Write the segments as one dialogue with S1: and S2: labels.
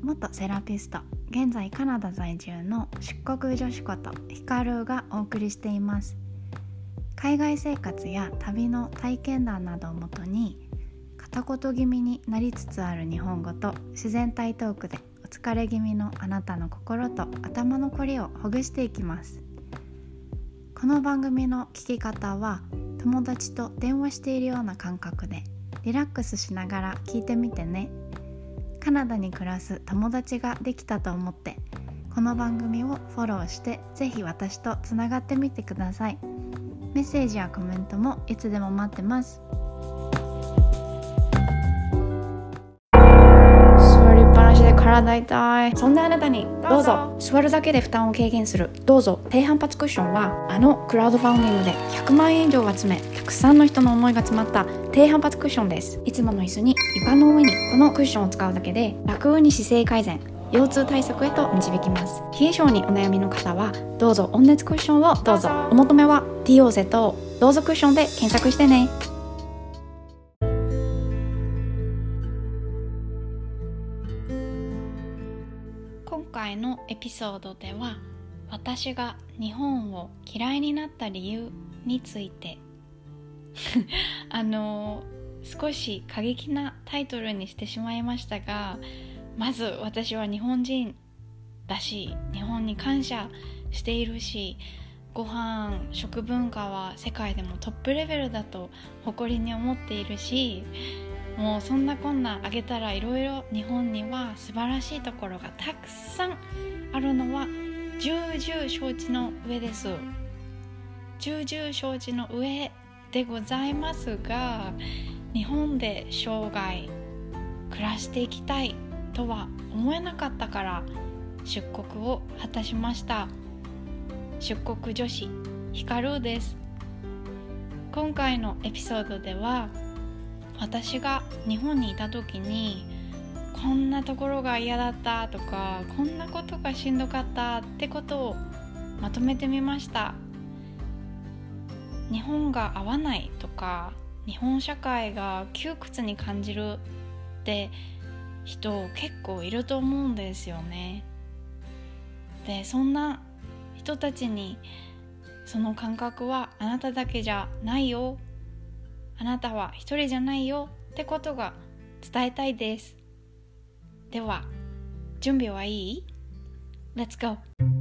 S1: 元セラピスト、現在カナダ在住の出国女子ことヒカルがお送りしています。海外生活や旅の体験談などをもとに片言気味になりつつある日本語と自然体トークでお疲れ気味のあなたの心と頭のこりをほぐしていきます。この番組の聞き方は友達と電話しているような感覚でリラックスしながら聞いてみてね。カナダに暮らす友達ができたと思ってこの番組をフォローしてぜひ私とつながってみてください。メッセージやコメントもいつでも待ってます。座りっぱなしで体痛い、そんなあなたにどうぞ。座るだけで負担を軽減するどうぞ低反発クッションは、あのクラウドファンディングで100万円以上集めたくさんの人の思いが詰まった低反発クッションです。いつもの椅子に床の上にこのクッションを使うだけで楽に姿勢改善、腰痛対策へと導きます。冷え性にお悩みの方はどうぞ温熱クッションをどうぞ。お求めは DOZ どうぞクッションで検索してね。今回のエピソードでは私が日本を嫌いになった理由について少し過激なタイトルにしてしまいましたが、まず私は日本人だし日本に感謝しているし、ご飯食文化は世界でもトップレベルだと誇りに思っているし、もうそんなこんなあげたらいろいろ日本には素晴らしいところがたくさんあるのは重々承知の上です。重々承知の上でございますが、日本で生涯暮らしていきたいとは思えなかったから出国を果たしました。出国女子ヒカルです。今回のエピソードでは私が日本にいた時にこんなところが嫌だったとかこんなことがしんどかったってことをまとめてみました。日本が合わないとか日本社会が窮屈に感じるって人結構いると思うんですよね。で、そんな人たちにその感覚はあなただけじゃないよ、あなたは一人じゃないよってことが伝えたいです。では準備はいい？ Let's go!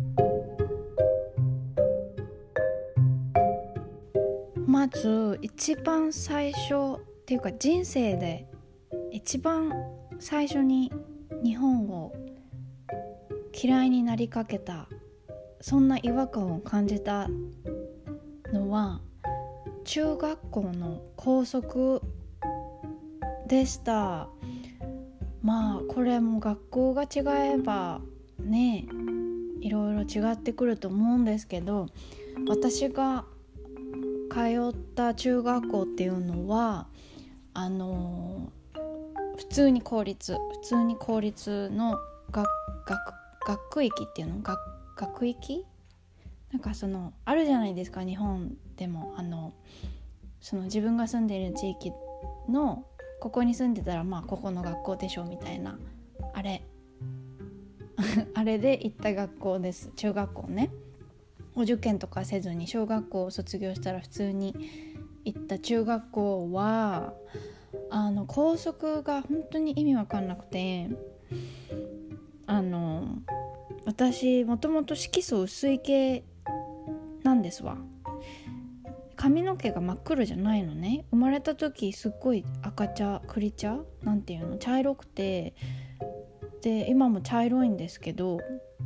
S1: まず一番最初っていうか人生で一番最初に日本を嫌いになりかけた、そんな違和感を感じたのは中学校の校則でした。まあこれも学校が違えばね、いろいろ違ってくると思うんですけど、私が通った中学校っていうのは普通に公立の学域っていうの、学域なんかあるじゃないですか、日本でもその自分が住んでいる地域のここに住んでたらまあここの学校でしょみたいな、あれで行った学校です。中学校ね、お受験とかせずに小学校を卒業したら普通に行った中学校は校則が本当に意味わかんなくて、私もともと色素薄い系なんですわ。髪の毛が真っ黒じゃないのね。生まれた時すっごい赤茶栗茶なんていうの、茶色くて、で今も茶色いんですけど、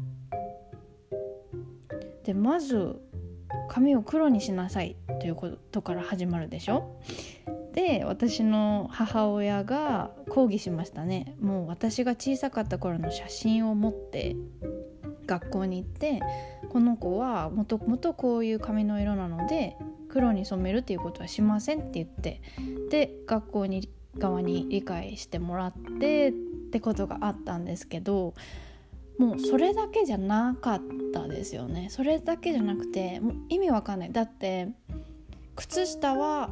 S1: でまず髪を黒にしなさいということから始まるでしょ。で私の母親が抗議しましたね。もう私が小さかった頃の写真を持って学校に行って、この子はもともとこういう髪の色なので黒に染めるっていうことはしませんって言って、で学校に側に理解してもらってってことがあったんですけど、もうそれだけじゃなかったですよね。それだけじゃなくてもう意味わかんない。だって靴下は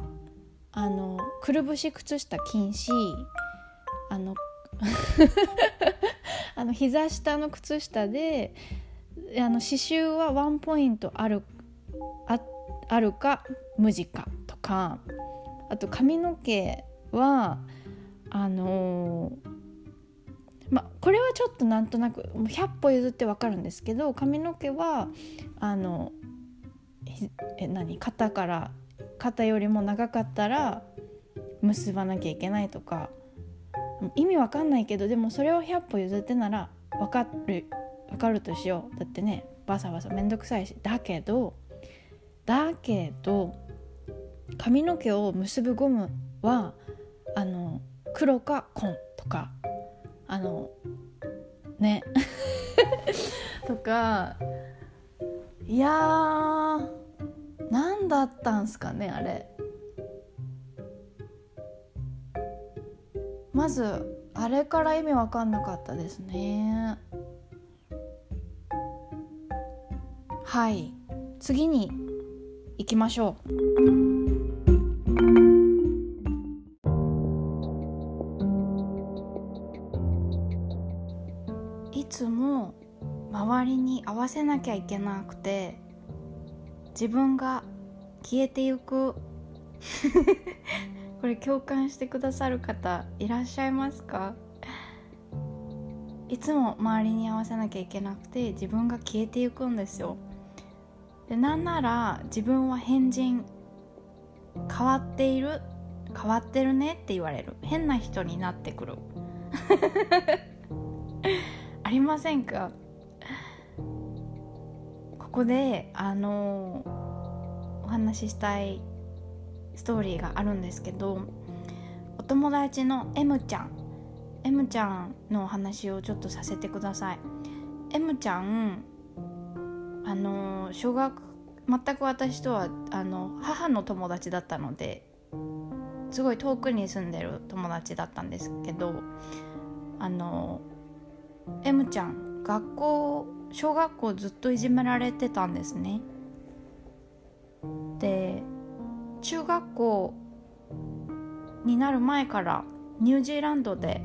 S1: くるぶし靴下禁止、 膝下の靴下で刺繍はワンポイントあるか無地かとか、あと髪の毛はこれはちょっとなんとなく100歩譲ってわかるんですけど、髪の毛は肩よりも長かったら結ばなきゃいけないとか、意味わかんないけど、でもそれを100歩譲ってならわかるとしよう。だってね、バサバサめんどくさいし。だけど髪の毛を結ぶゴムは黒か紺とかねとか、いやー何だったんすかねあれ。まずあれから意味わかんなかったですね。はい、次に行きましょう。いつも周りに合わせなきゃいけなくて自分が消えてゆくこれ共感してくださる方いらっしゃいますか？いつも周りに合わせなきゃいけなくて自分が消えてゆくんですよ。で、なんなら自分は変人、変わってるねって言われる、変な人になってくるありませんか？ここでお話ししたいストーリーがあるんですけど、お友達の M ちゃんのお話をちょっとさせてください。 M ちゃん全く私とは母の友達だったので、すごい遠くに住んでる友達だったんですけど、M ちゃん小学校ずっといじめられてたんですね。で、中学校になる前からニュージーランドで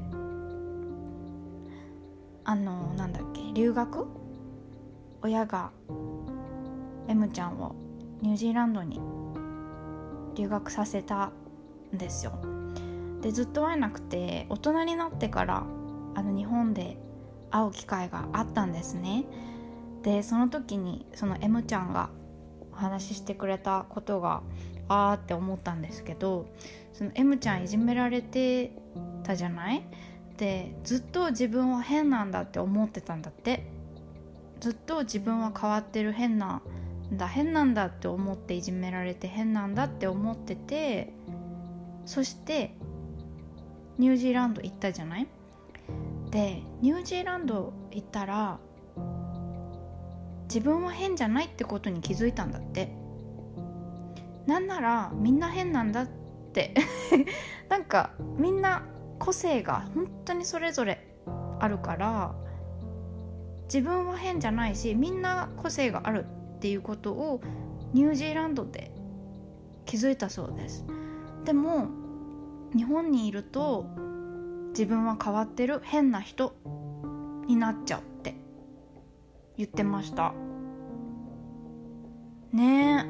S1: 留学、親が M ちゃんをニュージーランドに留学させたんですよ。で、ずっと会えなくて大人になってから日本で会う機会があったんですね。で、その時にその M ちゃんがお話ししてくれたことがって思ったんですけど、その M ちゃんいじめられてたじゃない。で、ずっと自分は変なんだって思ってたんだって。ずっと自分は変わってる、変なんだって思っていじめられて変なんだって思ってて、そしてニュージーランド行ったじゃない。で、ニュージーランド行ったら自分は変じゃないってことに気づいたんだって。なんならみんな変なんだってなんかみんな個性が本当にそれぞれあるから、自分は変じゃないしみんな個性があるっていうことをニュージーランドで気づいたそうです。でも日本にいると自分は変わってる変な人になっちゃうって言ってましたね。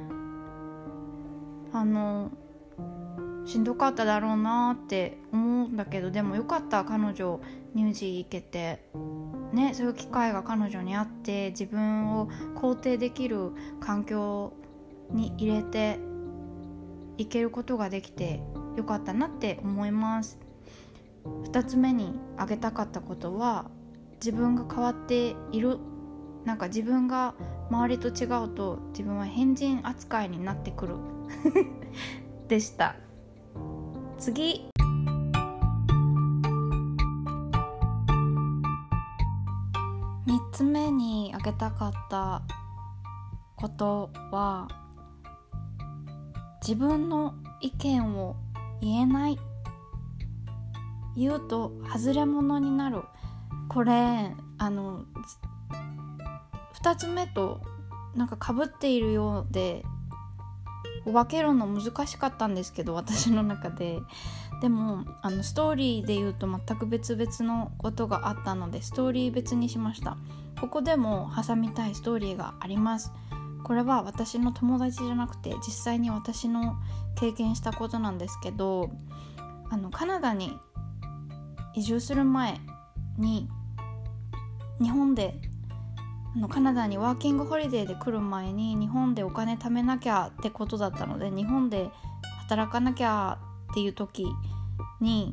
S1: しんどかっただろうなって思うんだけど、でもよかった、彼女ニュージー行けてね。そういう機会が彼女にあって、自分を肯定できる環境に入れていけることができてよかったなって思います。2つ目に挙げたかったことは、自分が変わっている、なんか自分が周りと違うと自分は変人扱いになってくるでした。次、3つ目に挙げたかったことは、自分の意見を言えない、言うと外れ者になる。これ2つ目となんか被っているようで分けるの難しかったんですけど、私の中で。でもストーリーで言うと全く別々のことがあったので、ストーリー別にしました。ここでも挟みたいストーリーがあります。これは私の友達じゃなくて、実際に私の経験したことなんですけど、カナダに移住する前に、日本でカナダにワーキングホリデーで来る前に日本でお金貯めなきゃってことだったので、日本で働かなきゃっていう時に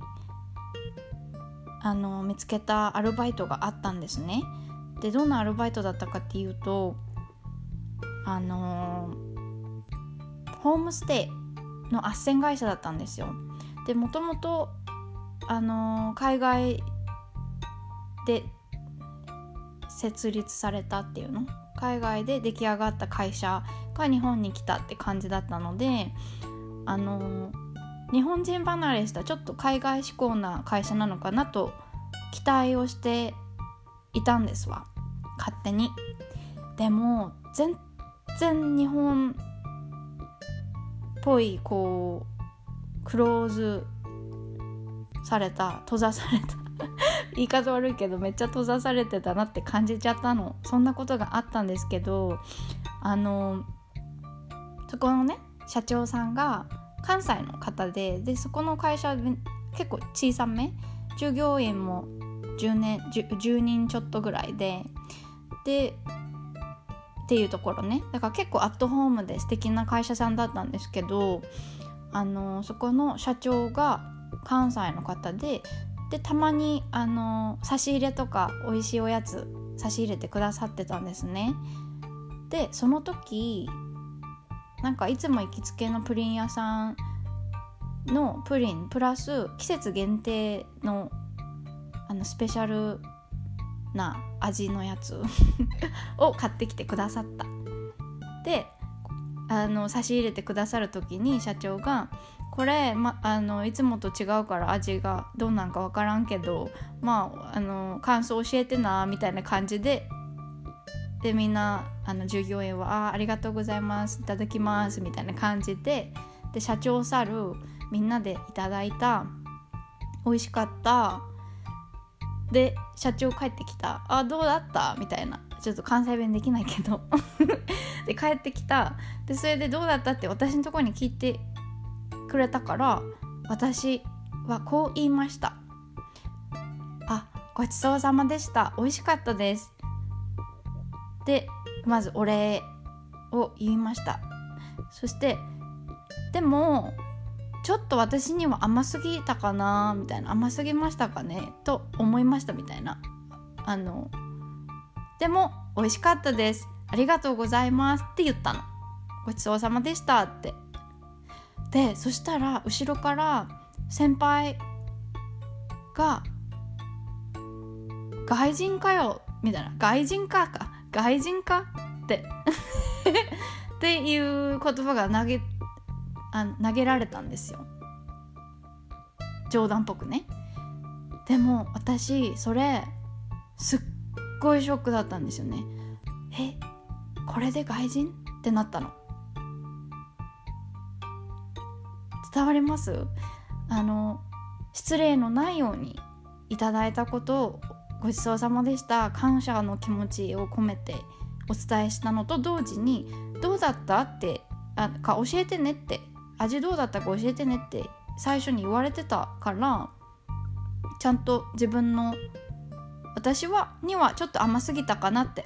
S1: 見つけたアルバイトがあったんですね。で、どんなアルバイトだったかっていうと、ホームステイの斡旋会社だったんですよ。で、もともと海外で設立されたっていうの、海外で出来上がった会社が日本に来たって感じだったので、日本人離れしたちょっと海外志向な会社なのかなと期待をしていたんですわ、勝手に。でも全然日本っぽいこうクローズされた、閉ざされた言い方悪いけどめっちゃ閉ざされてたなって感じちゃったの。そんなことがあったんですけど、そこのね社長さんが関西の方で、そこの会社結構小さめ、従業員も10人ちょっとぐらいでっていうところね。だから結構アットホームで素敵な会社さんだったんですけど、そこの社長が関西の方で、たまに差し入れとか美味しいおやつ差し入れてくださってたんですね。で、その時なんかいつも行きつけのプリン屋さんのプリンプラス季節限定のスペシャルな味のやつを買ってきてくださった。で、差し入れてくださる時に社長が、これ、いつもと違うから味がどうなんかわからんけど、感想教えてなみたいな感じで、みんな従業員はありがとうございます、いただきますみたいな感じで、社長去る、みんなでいただいた、美味しかった、で社長帰ってきた、どうだったみたいな、ちょっと関西弁できないけどで帰ってきた。でそれでどうだったって私のところに聞いてくれたから、私はこう言いました。ごちそうさまでした、美味しかったですで、まずお礼を言いました。そして、でもちょっと私には甘すぎたかなみたいな、甘すぎましたかねと思いましたみたいな、でも美味しかったです、ありがとうございますって言ったの。ごちそうさまでしたって。で、そしたら後ろから先輩が、外人かよみたいな、外人かってっていう言葉が投げられたんですよ、冗談っぽくね。でも私それすっごいショックだったんですよね。これで外人ってなったの。伝わります？失礼のないようにいただいたことをごちそうさまでした、感謝の気持ちを込めてお伝えしたのと同時に、どうだったって教えてねって、味どうだったか教えてねって最初に言われてたから、ちゃんと自分の、私にはちょっと甘すぎたかなって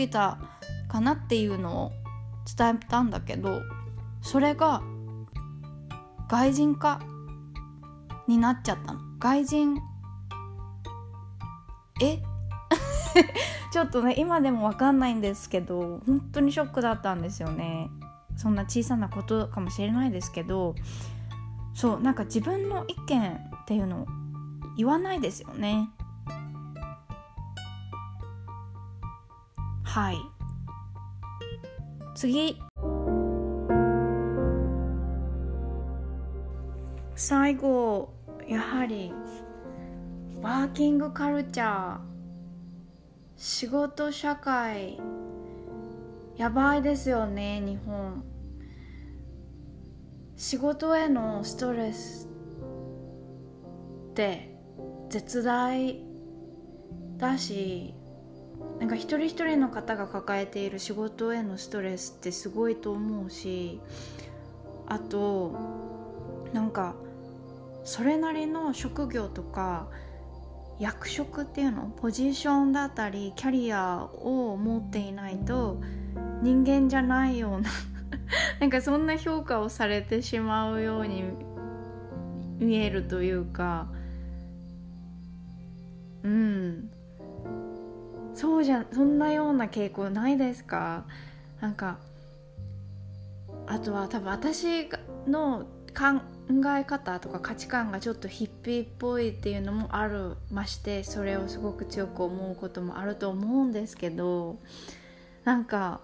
S1: いうのを伝えたんだけど、それが外人化になっちゃったの。外人ちょっとね、今でも分かんないんですけど、本当にショックだったんですよね。そんな小さなことかもしれないですけど、そうなんか自分の意見っていうのを言わないですよね。はい、次、最後、やはりワーキングカルチャー、仕事社会やばいですよね、日本。 仕事へのストレスって絶大だし、なんか一人一人の方が抱えている仕事へのストレスってすごいと思うし、あとなんかそれなりの職業とか役職っていうの、ポジションだったりキャリアを持っていないと人間じゃないようななんかそんな評価をされてしまうように見えるというか、そんなような傾向ないですか？なんかあとは多分私の考え方とか価値観がちょっとヒッピーっぽいっていうのもあるまして、それをすごく強く思うこともあると思うんですけど、なんか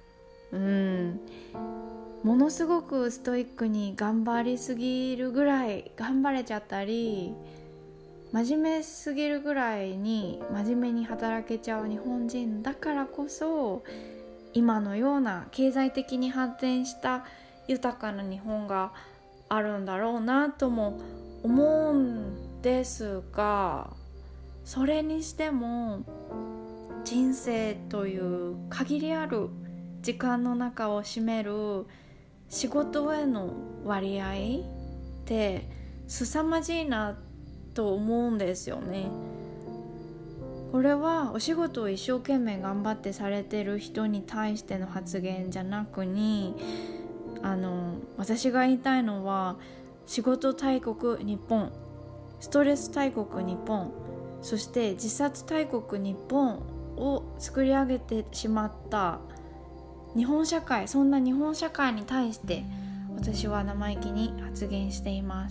S1: ものすごくストイックに頑張りすぎるぐらい頑張れちゃったり、真面目すぎるぐらいに真面目に働けちゃう日本人だからこそ、今のような経済的に発展した豊かな日本があるんだろうなとも思うんですが、それにしても人生という限りある時間の中を占める仕事への割合って凄まじいなと思うんですよね。これはお仕事を一生懸命頑張ってされてる人に対しての発言じゃなくに、私が言いたいのは、仕事大国日本、ストレス大国日本、そして自殺大国日本を作り上げてしまった日本社会、そんな日本社会に対して私は生意気に発言しています。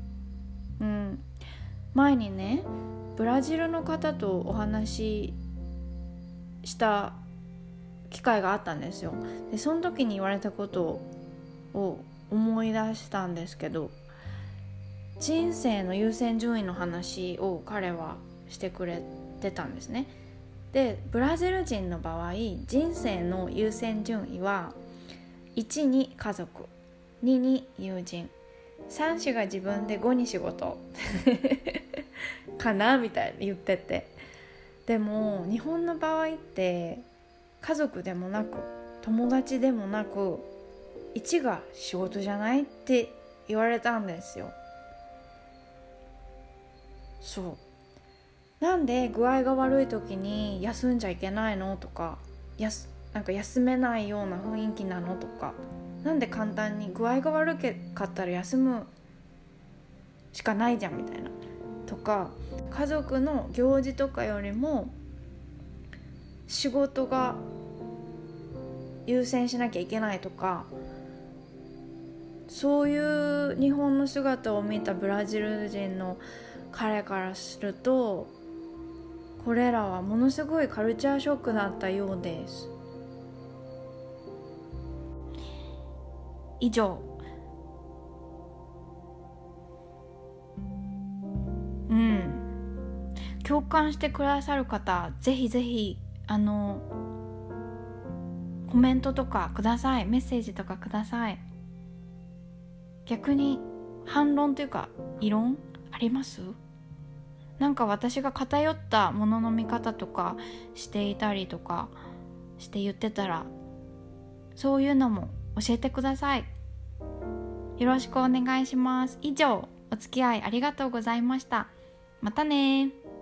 S1: 前にね、ブラジルの方とお話しした機会があったんですよ。でその時に言われたことを思い出したんですけど、人生の優先順位の話を彼はしてくれてたんですね。でブラジル人の場合、人生の優先順位は1に家族、2に友人、3子が自分で5に仕事かなみたいに言ってて、でも日本の場合って家族でもなく友達でもなく1が仕事じゃないって言われたんですよ。そうなんで具合が悪い時に休んじゃいけないのとか、なんか休めないような雰囲気なのとか、なんで簡単に具合が悪かったら休むしかないじゃんみたいなとか、家族の行事とかよりも仕事が優先しなきゃいけないとか、そういう日本の姿を見たブラジル人の彼からすると、これらはものすごいカルチャーショックだったようです。以上、共感してくださる方、ぜひぜひコメントとかください。メッセージとかください。逆に反論というか異論あります？なんか私が偏ったものの見方とかしていたりとかして言ってたら、そういうのも教えてください。よろしくお願いします。以上、お付き合いありがとうございました。またね。